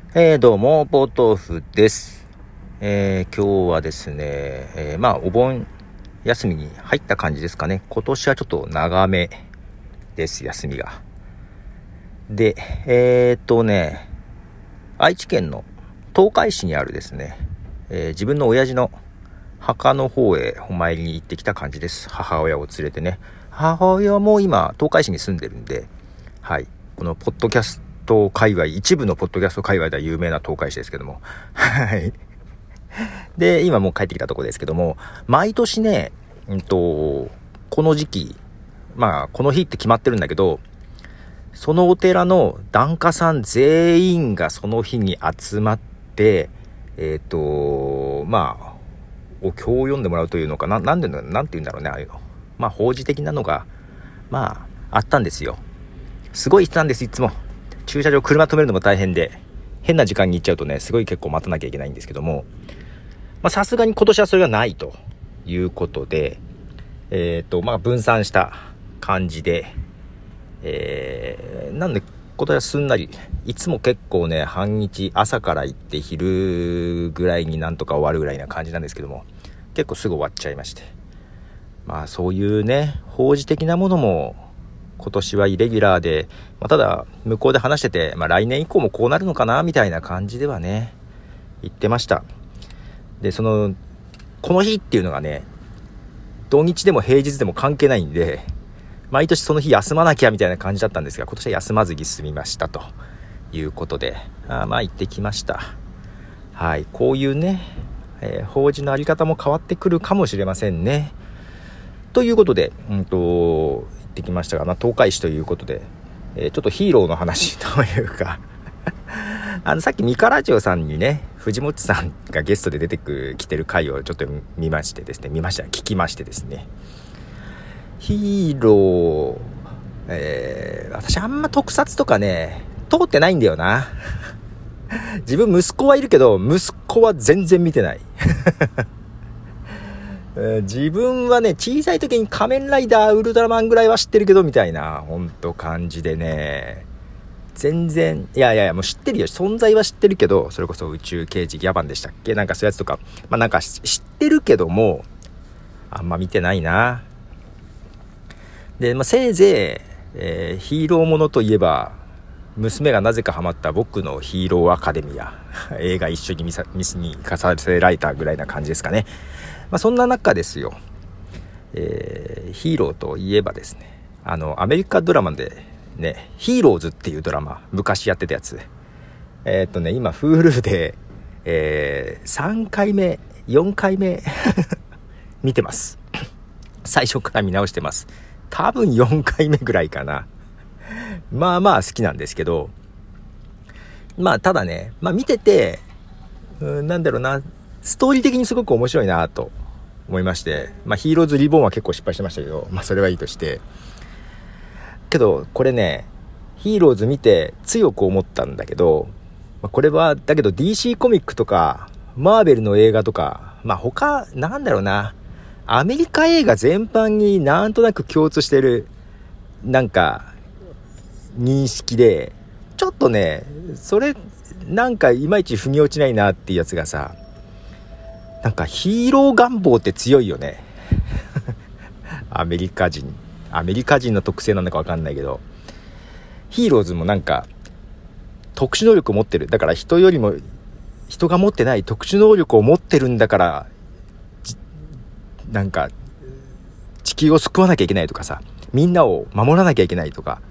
どうも、ポトフです。今日はですね、お盆休みに入った感じですかね。今年はちょっと長めです、休みが。で、愛知県の東海市にあるですね、自分の親父の墓の方へお参りに行ってきた感じです。母親を連れてね。母親も今、東海市に住んでるんで、はい。このポッドキャスト界隈、一部のポッドキャスト界隈では有名な東海市ですけども。はい。で、今もう帰ってきたところですけども、毎年ね、この時期、この日って決まってるんだけど、そのお寺の檀家さん全員がその日に集まって、お経を読んでもらうというのかな、なんて言うんだろうね、ああいうの。法事的なのが、あったんですよ。すごい人なんです、いつも。駐車場、車止めるのも大変で、変な時間に行っちゃうとね、すごい結構待たなきゃいけないんですけども、さすがに今年はそれがないということで、分散した感じで、なんで今年はすんなり、いつも結構ね、半日朝から行って昼ぐらいになんとか終わるぐらいな感じなんですけども、結構すぐ終わっちゃいまして。そういうね、法事的なものも今年はイレギュラーで、ただ向こうで話してて、来年以降もこうなるのかなみたいな感じではね、言ってました。で、この日っていうのがね、土日でも平日でも関係ないんで、毎年その日休まなきゃみたいな感じだったんですが、今年は休まずに済みましたということで、行ってきました。はい、こういうね、法事のあり方も変わってくるかもしれませんね。ということで、行ってきましたが、東海市ということで、ちょっとヒーローの話というかさっきミカラジオさんにね、藤本さんがゲストで出てきてる回をちょっと聞きましてですね、ヒーロー、私あんま特撮とかね通ってないんだよな自分息子はいるけど、息子は全然見てない自分はね、小さい時に仮面ライダー、ウルトラマンぐらいは知ってるけどみたいなほんと感じでね、全然もう知ってるよ、存在は知ってるけど、それこそ宇宙刑事ギャバンでしたっけ、なんかそういうやつとか、知ってるけどもあんま見てないな。で、せいぜい、ヒーローものといえば、娘がなぜかハマった僕のヒーローアカデミア映画一緒に見に行かされたぐらいな感じですかね。そんな中ですよ、ヒーローといえばですね、アメリカドラマでね、ヒーローズっていうドラマ昔やってたやつ、今 Hulu で、3回目4回目見てます最初から見直してます。多分4回目ぐらいかな。好きなんですけど、ただね、見てて、ストーリー的にすごく面白いなと思いまして、ヒーローズリボーンは結構失敗してましたけど、それはいいとして、けどこれね、ヒーローズ見て強く思ったんだけど、これはだけど DC コミックとかマーベルの映画とか、他アメリカ映画全般になんとなく共通してる認識で、ちょっとね、それいまいち腑に落ちないなっていうやつがさ、ヒーロー願望って強いよねアメリカ人の特性なのか分かんないけど、ヒーローズも特殊能力を持ってる、だから人が持ってない特殊能力を持ってるんだから、地球を救わなきゃいけないとかさ、みんなを守らなきゃいけないとか、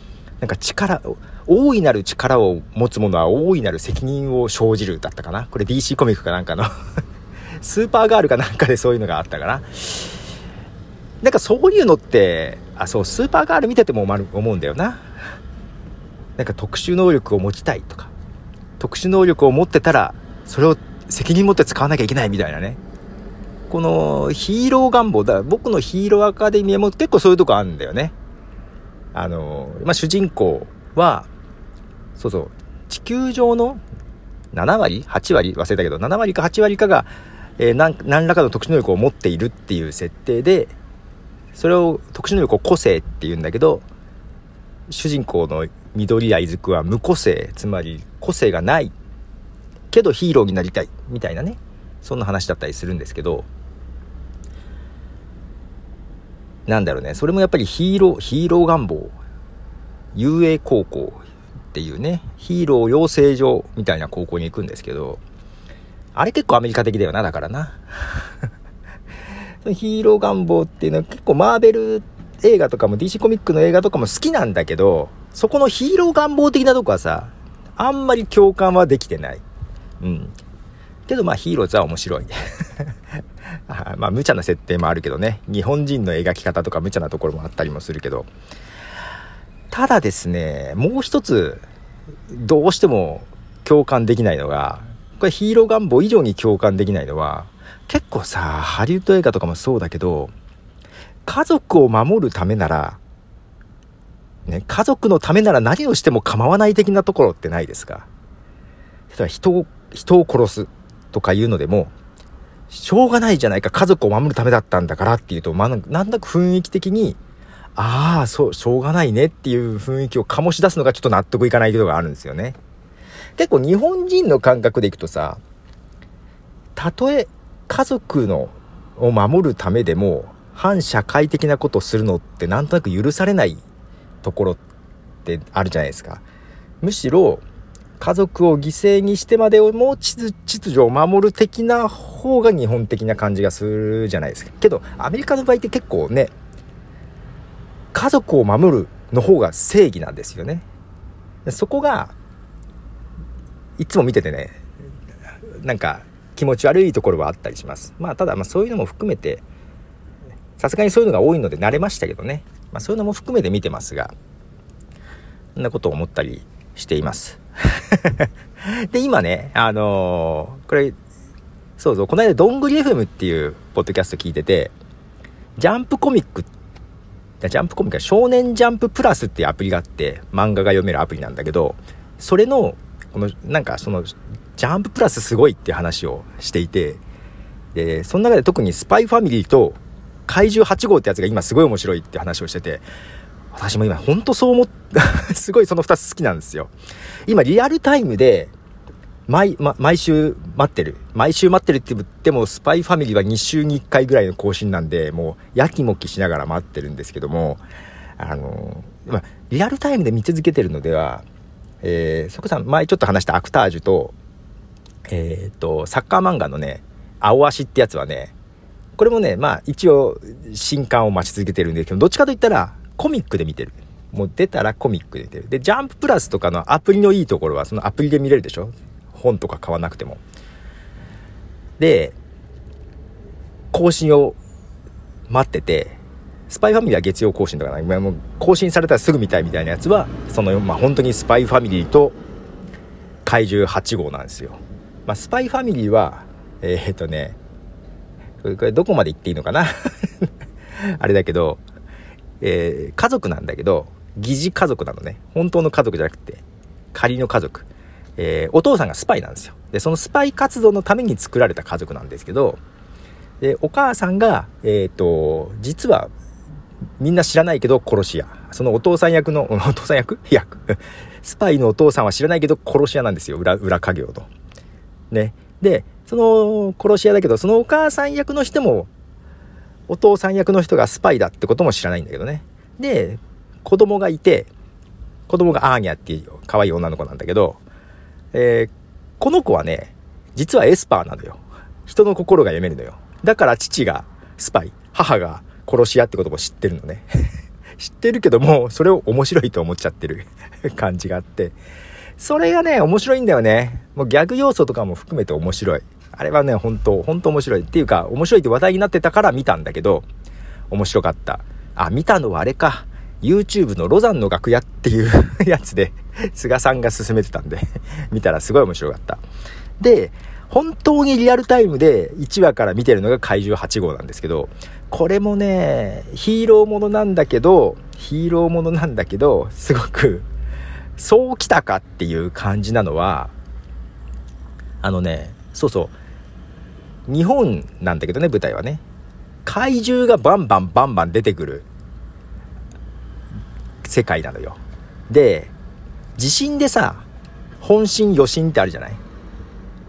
大いなる力を持つ者は大いなる責任を生じるだったかな。これ DC コミックかのスーパーガールかでそういうのがあったかな。そういうのって、スーパーガール見てても思うんだよな。特殊能力を持ちたいとか、特殊能力を持ってたらそれを責任持って使わなきゃいけないみたいなね。このヒーロー願望だ、僕のヒーローアカデミアも結構そういうとこあるんだよね。主人公は地球上の7割8割忘れたけど、7割か8割かが、何らかの特殊能力を持っているっていう設定で、それを特殊能力を個性っていうんだけど、主人公の緑谷出久は無個性、つまり個性がないけどヒーローになりたいみたいなね、そんな話だったりするんですけど、なんだろうね、それもやっぱりヒーロー願望、遊泳高校っていうね、ヒーロー養成所みたいな高校に行くんですけど、あれ結構アメリカ的だよな、だからなヒーロー願望っていうのは結構マーベル映画とかも DC コミックの映画とかも好きなんだけど、そこのヒーロー願望的なとこはさ、あんまり共感はできてない。けどまあヒーローズは面白いまあ無茶な設定もあるけどね、日本人の描き方とか無茶なところもあったりもするけど、ただですね、もう一つどうしても共感できないのが、これヒーロー願望以上に共感できないのは、結構さ、ハリウッド映画とかもそうだけど、家族を守るためならね、家族のためなら何をしても構わない的なところってないですか。例えば人を殺すとかいうのでも、しょうがないじゃないか、家族を守るためだったんだからっていうと、なんだか雰囲気的に、そう、しょうがないねっていう雰囲気を醸し出すのがちょっと納得いかないことがあるんですよね。結構日本人の感覚でいくとさ、たとえ家族を守るためでも反社会的なことをするのってなんとなく許されないところってあるじゃないですか。むしろ家族を犠牲にしてまでも秩序を守る的な方が日本的な感じがするじゃないですか。けどアメリカの場合って結構ね、家族を守るの方が正義なんですよね。そこがいつも見ててね、なんか気持ち悪いところはあったりします。ただそういうのも含めて、さすがにそういうのが多いので慣れましたけどね、そういうのも含めて見てますが、そんなことを思ったりしていますで今ね、これそうこの間どんぐり FM っていうポッドキャスト聞いてて、ジャンプコミック少年ジャンププラスっていうアプリがあって、漫画が読めるアプリなんだけど、それのそのジャンププラスすごいっていう話をしていて、でその中で特にスパイファミリーと怪獣8号ってやつが今すごい面白いって話をしてて、私も今ほんとそう思ったすごいその2つ好きなんですよ。今リアルタイムで毎週待ってるって言っても、スパイファミリーは2週に1回ぐらいの更新なんで、もうやきもきしながら待ってるんですけども、リアルタイムで見続けてるのでは、そこさん前ちょっと話したアクタージュとサッカー漫画のね青足ってやつはね、これもね一応新刊を待ち続けてるんですけど、どっちかといったらコミックで見てる。もう出たらコミックで見てる。でジャンププラスとかのアプリのいいところはそのアプリで見れるでしょ、本とか買わなくても。で更新を待ってて、スパイファミリーは月曜更新とか今もう更新されたらすぐ見たいみたいなやつは本当にスパイファミリーと怪獣8号なんですよ。スパイファミリーはこれどこまで言っていいのかなあれだけど、家族なんだけど疑似家族なのね。本当の家族じゃなくて仮の家族、お父さんがスパイなんですよ。でそのスパイ活動のために作られた家族なんですけど、でお母さんが実はみんな知らないけど殺し屋、そのお父さん役スパイのお父さんは知らないけど殺し屋なんですよ。裏稼業とね。でその殺し屋だけど、そのお母さん役の人もお父さん役の人がスパイだってことも知らないんだけどね。で子供がいて、子供がアーニャっていう可愛い女の子なんだけど、この子はね実はエスパーなのよ。人の心が読めるのよ。だから父がスパイ、母が殺し屋ってことも知ってるのね知ってるけどもそれを面白いと思っちゃってる感じがあって、それがね面白いんだよね。もうギャグ要素とかも含めて面白い。あれはね本当面白いっていうか、面白いって話題になってたから見たんだけど面白かった。見たのはあれか、 YouTube のロザンの楽屋っていうやつで菅さんが勧めてたんで見たらすごい面白かった。で本当にリアルタイムで1話から見てるのが怪獣8号なんですけど、これもねヒーローものなんだけどすごくそうきたかっていう感じなのは、日本なんだけどね、舞台はね怪獣がバンバン出てくる世界なのよ。で地震でさ本震余震ってあるじゃない。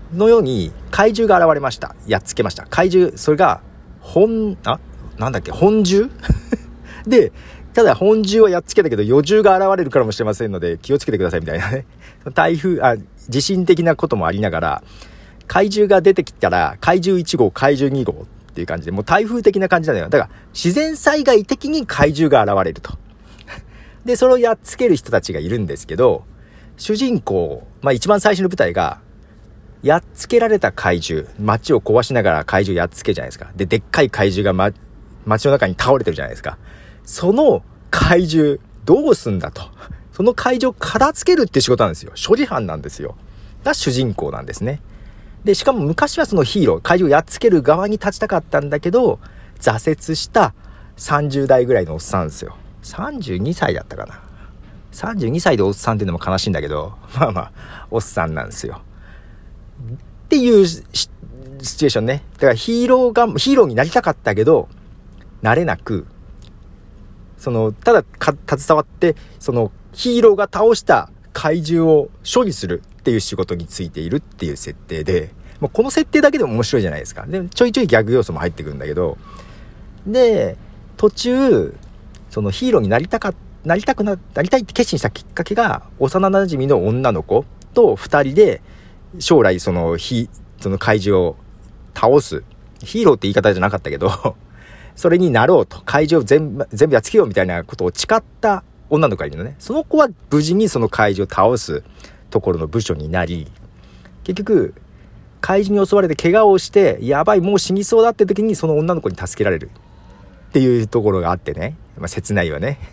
のように怪獣が現れました。やっつけました。怪獣、それが本獣で、ただ本獣はやっつけたけど余獣が現れるかもしれませんので気をつけてくださいみたいなね。地震的なこともありながら、怪獣が出てきたら怪獣1号、怪獣2号っていう感じで、もう台風的な感じなのよ。だから自然災害的に怪獣が現れると。で、それをやっつける人たちがいるんですけど、主人公、一番最初の舞台が、やっつけられた怪獣、街を壊しながら怪獣やっつけるじゃないですか。で、でっかい怪獣が、街の中に倒れてるじゃないですか。その怪獣、どうすんだと。その怪獣を片付けるっていう仕事なんですよ。処理班なんですよ。が主人公なんですね。で、しかも昔はそのヒーロー、怪獣をやっつける側に立ちたかったんだけど、挫折した30代ぐらいのおっさんですよ。32歳だったかな。32歳でおっさんっていうのも悲しいんだけど、おっさんなんですよ。っていうシチュエーションね。だからヒーローになりたかったけど、なれなく、ただ携わって、ヒーローが倒した怪獣を処理するっていう仕事についているっていう設定で、もうこの設定だけでも面白いじゃないですか。で、ちょいちょいギャグ要素も入ってくるんだけど、で、途中、ヒーローになりたいって決心したきっかけが、幼馴染の女の子と二人で、将来その怪獣を倒す。ヒーローって言い方じゃなかったけど、それになろうと。怪獣を全部やっつけようみたいなことを誓った女の子がいるのね。その子は無事にその怪獣を倒すところの部署になり、結局、怪獣に襲われて怪我をして、やばい、もう死にそうだって時にその女の子に助けられる。っていうところがあってね。切ないわね。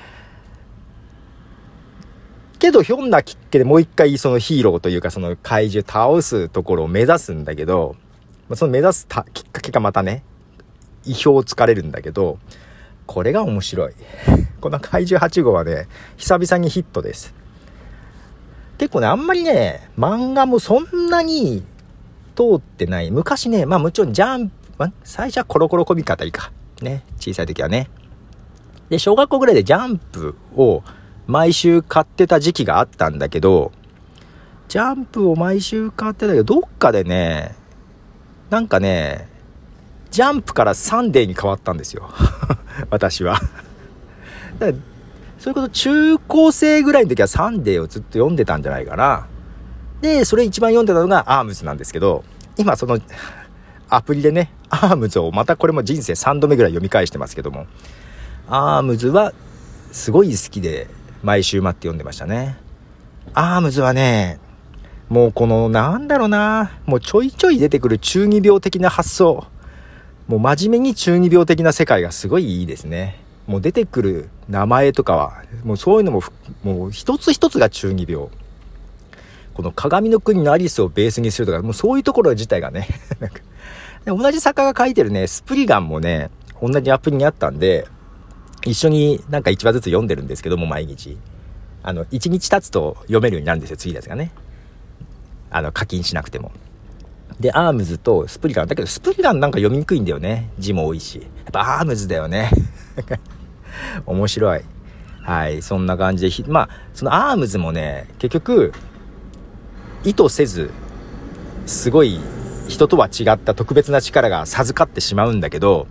けどひょんなきっかけでもう一回そのヒーローというかその怪獣倒すところを目指すんだけど、その目指すきっかけがまたね、意表をつかれるんだけど、これが面白い。この怪獣8号はね、久々にヒットです。結構ね、あんまりね、漫画もそんなに通ってない。昔ね、もちろんジャンプ、最初はコロコロコミックあたりか。ね、小さい時はね。で、小学校ぐらいでジャンプを毎週買ってた時期があったんだけど、ジャンプを毎週買ってたけど、どっかでね、ジャンプからサンデーに変わったんですよ。私は。だからそういうこと、中高生ぐらいの時はサンデーをずっと読んでたんじゃないかな。で、それ一番読んでたのがアームズなんですけど、今そのアプリでね、アームズをまたこれも人生3度目ぐらい読み返してますけども、アームズはすごい好きで毎週待って読んでましたね。アームズはね、もうこのもうちょいちょい出てくる中二病的な発想、もう真面目に中二病的な世界がすごいいいですね。もう出てくる名前とかはもうそういうのももう一つ一つが中二病。この鏡の国のアリスをベースにするとか、もうそういうところ自体がね同じ作家が書いてるね、スプリガンもね、同じアプリにあったんで、一緒に1話ずつ読んでるんですけども、毎日。1日経つと読めるようになるんですよ、次のやつがね。課金しなくても。で、アームズとスプリガン。だけど、スプリガン読みにくいんだよね。字も多いし。やっぱアームズだよね。面白い。はい、そんな感じで。そのアームズもね、結局、意図せず、すごい人とは違った特別な力が授かってしまうんだけど、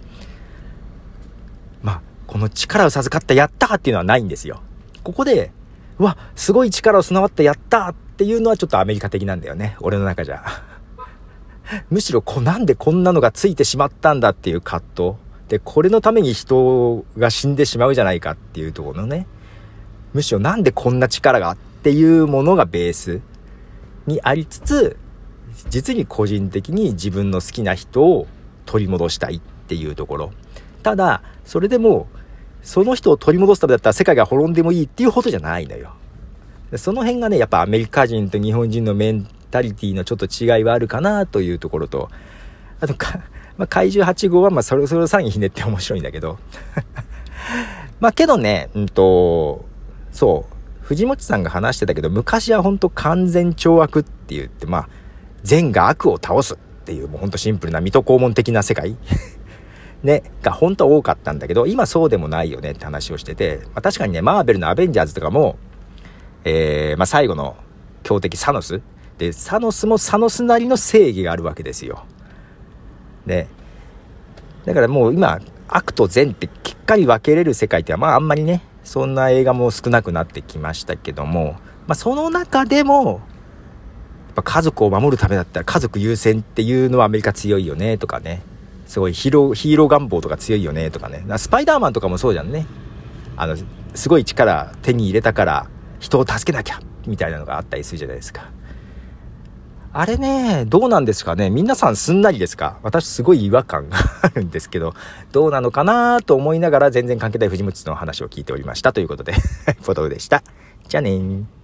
この力を授かったやったーっていうのはないんですよ。ここで、すごい力を備わったやったーっていうのはちょっとアメリカ的なんだよね。俺の中じゃ。むしろなんでこんなのがついてしまったんだっていう葛藤。で、これのために人が死んでしまうじゃないかっていうところのね。むしろなんでこんな力がっていうものがベースにありつつ、実に個人的に自分の好きな人を取り戻したいっていうところ。ただ、それでも、その人を取り戻すためだったら世界が滅んでもいいっていうほどじゃないのよ。その辺がね、やっぱアメリカ人と日本人のメンタリティのちょっと違いはあるかなというところと、あと怪獣8号はそれさにひねって面白いんだけど。けどね、そう、藤本さんが話してたけど、昔は本当完全懲悪って言って、善が悪を倒すっていう、もう本当シンプルな水戸黄門的な世界ね、が本当は多かったんだけど、今そうでもないよねって話をしてて、確かにね、マーベルのアベンジャーズとかも、最後の強敵サノスってサノスもサノスなりの正義があるわけですよ。ね。だからもう今悪と善ってきっかり分けれる世界ってあんまりねそんな映画も少なくなってきましたけども、その中でもやっぱ家族を守るためだったら家族優先っていうのはアメリカ強いよねとかね、すごいヒーロー願望とか強いよねとかね、スパイダーマンとかもそうじゃんね。すごい力手に入れたから人を助けなきゃみたいなのがあったりするじゃないですか。あれね、どうなんですかね。皆さんすんなりですか？私すごい違和感があるんですけど、どうなのかなと思いながら全然関係ない藤本の話を聞いておりましたということでポトフでした。じゃあねー。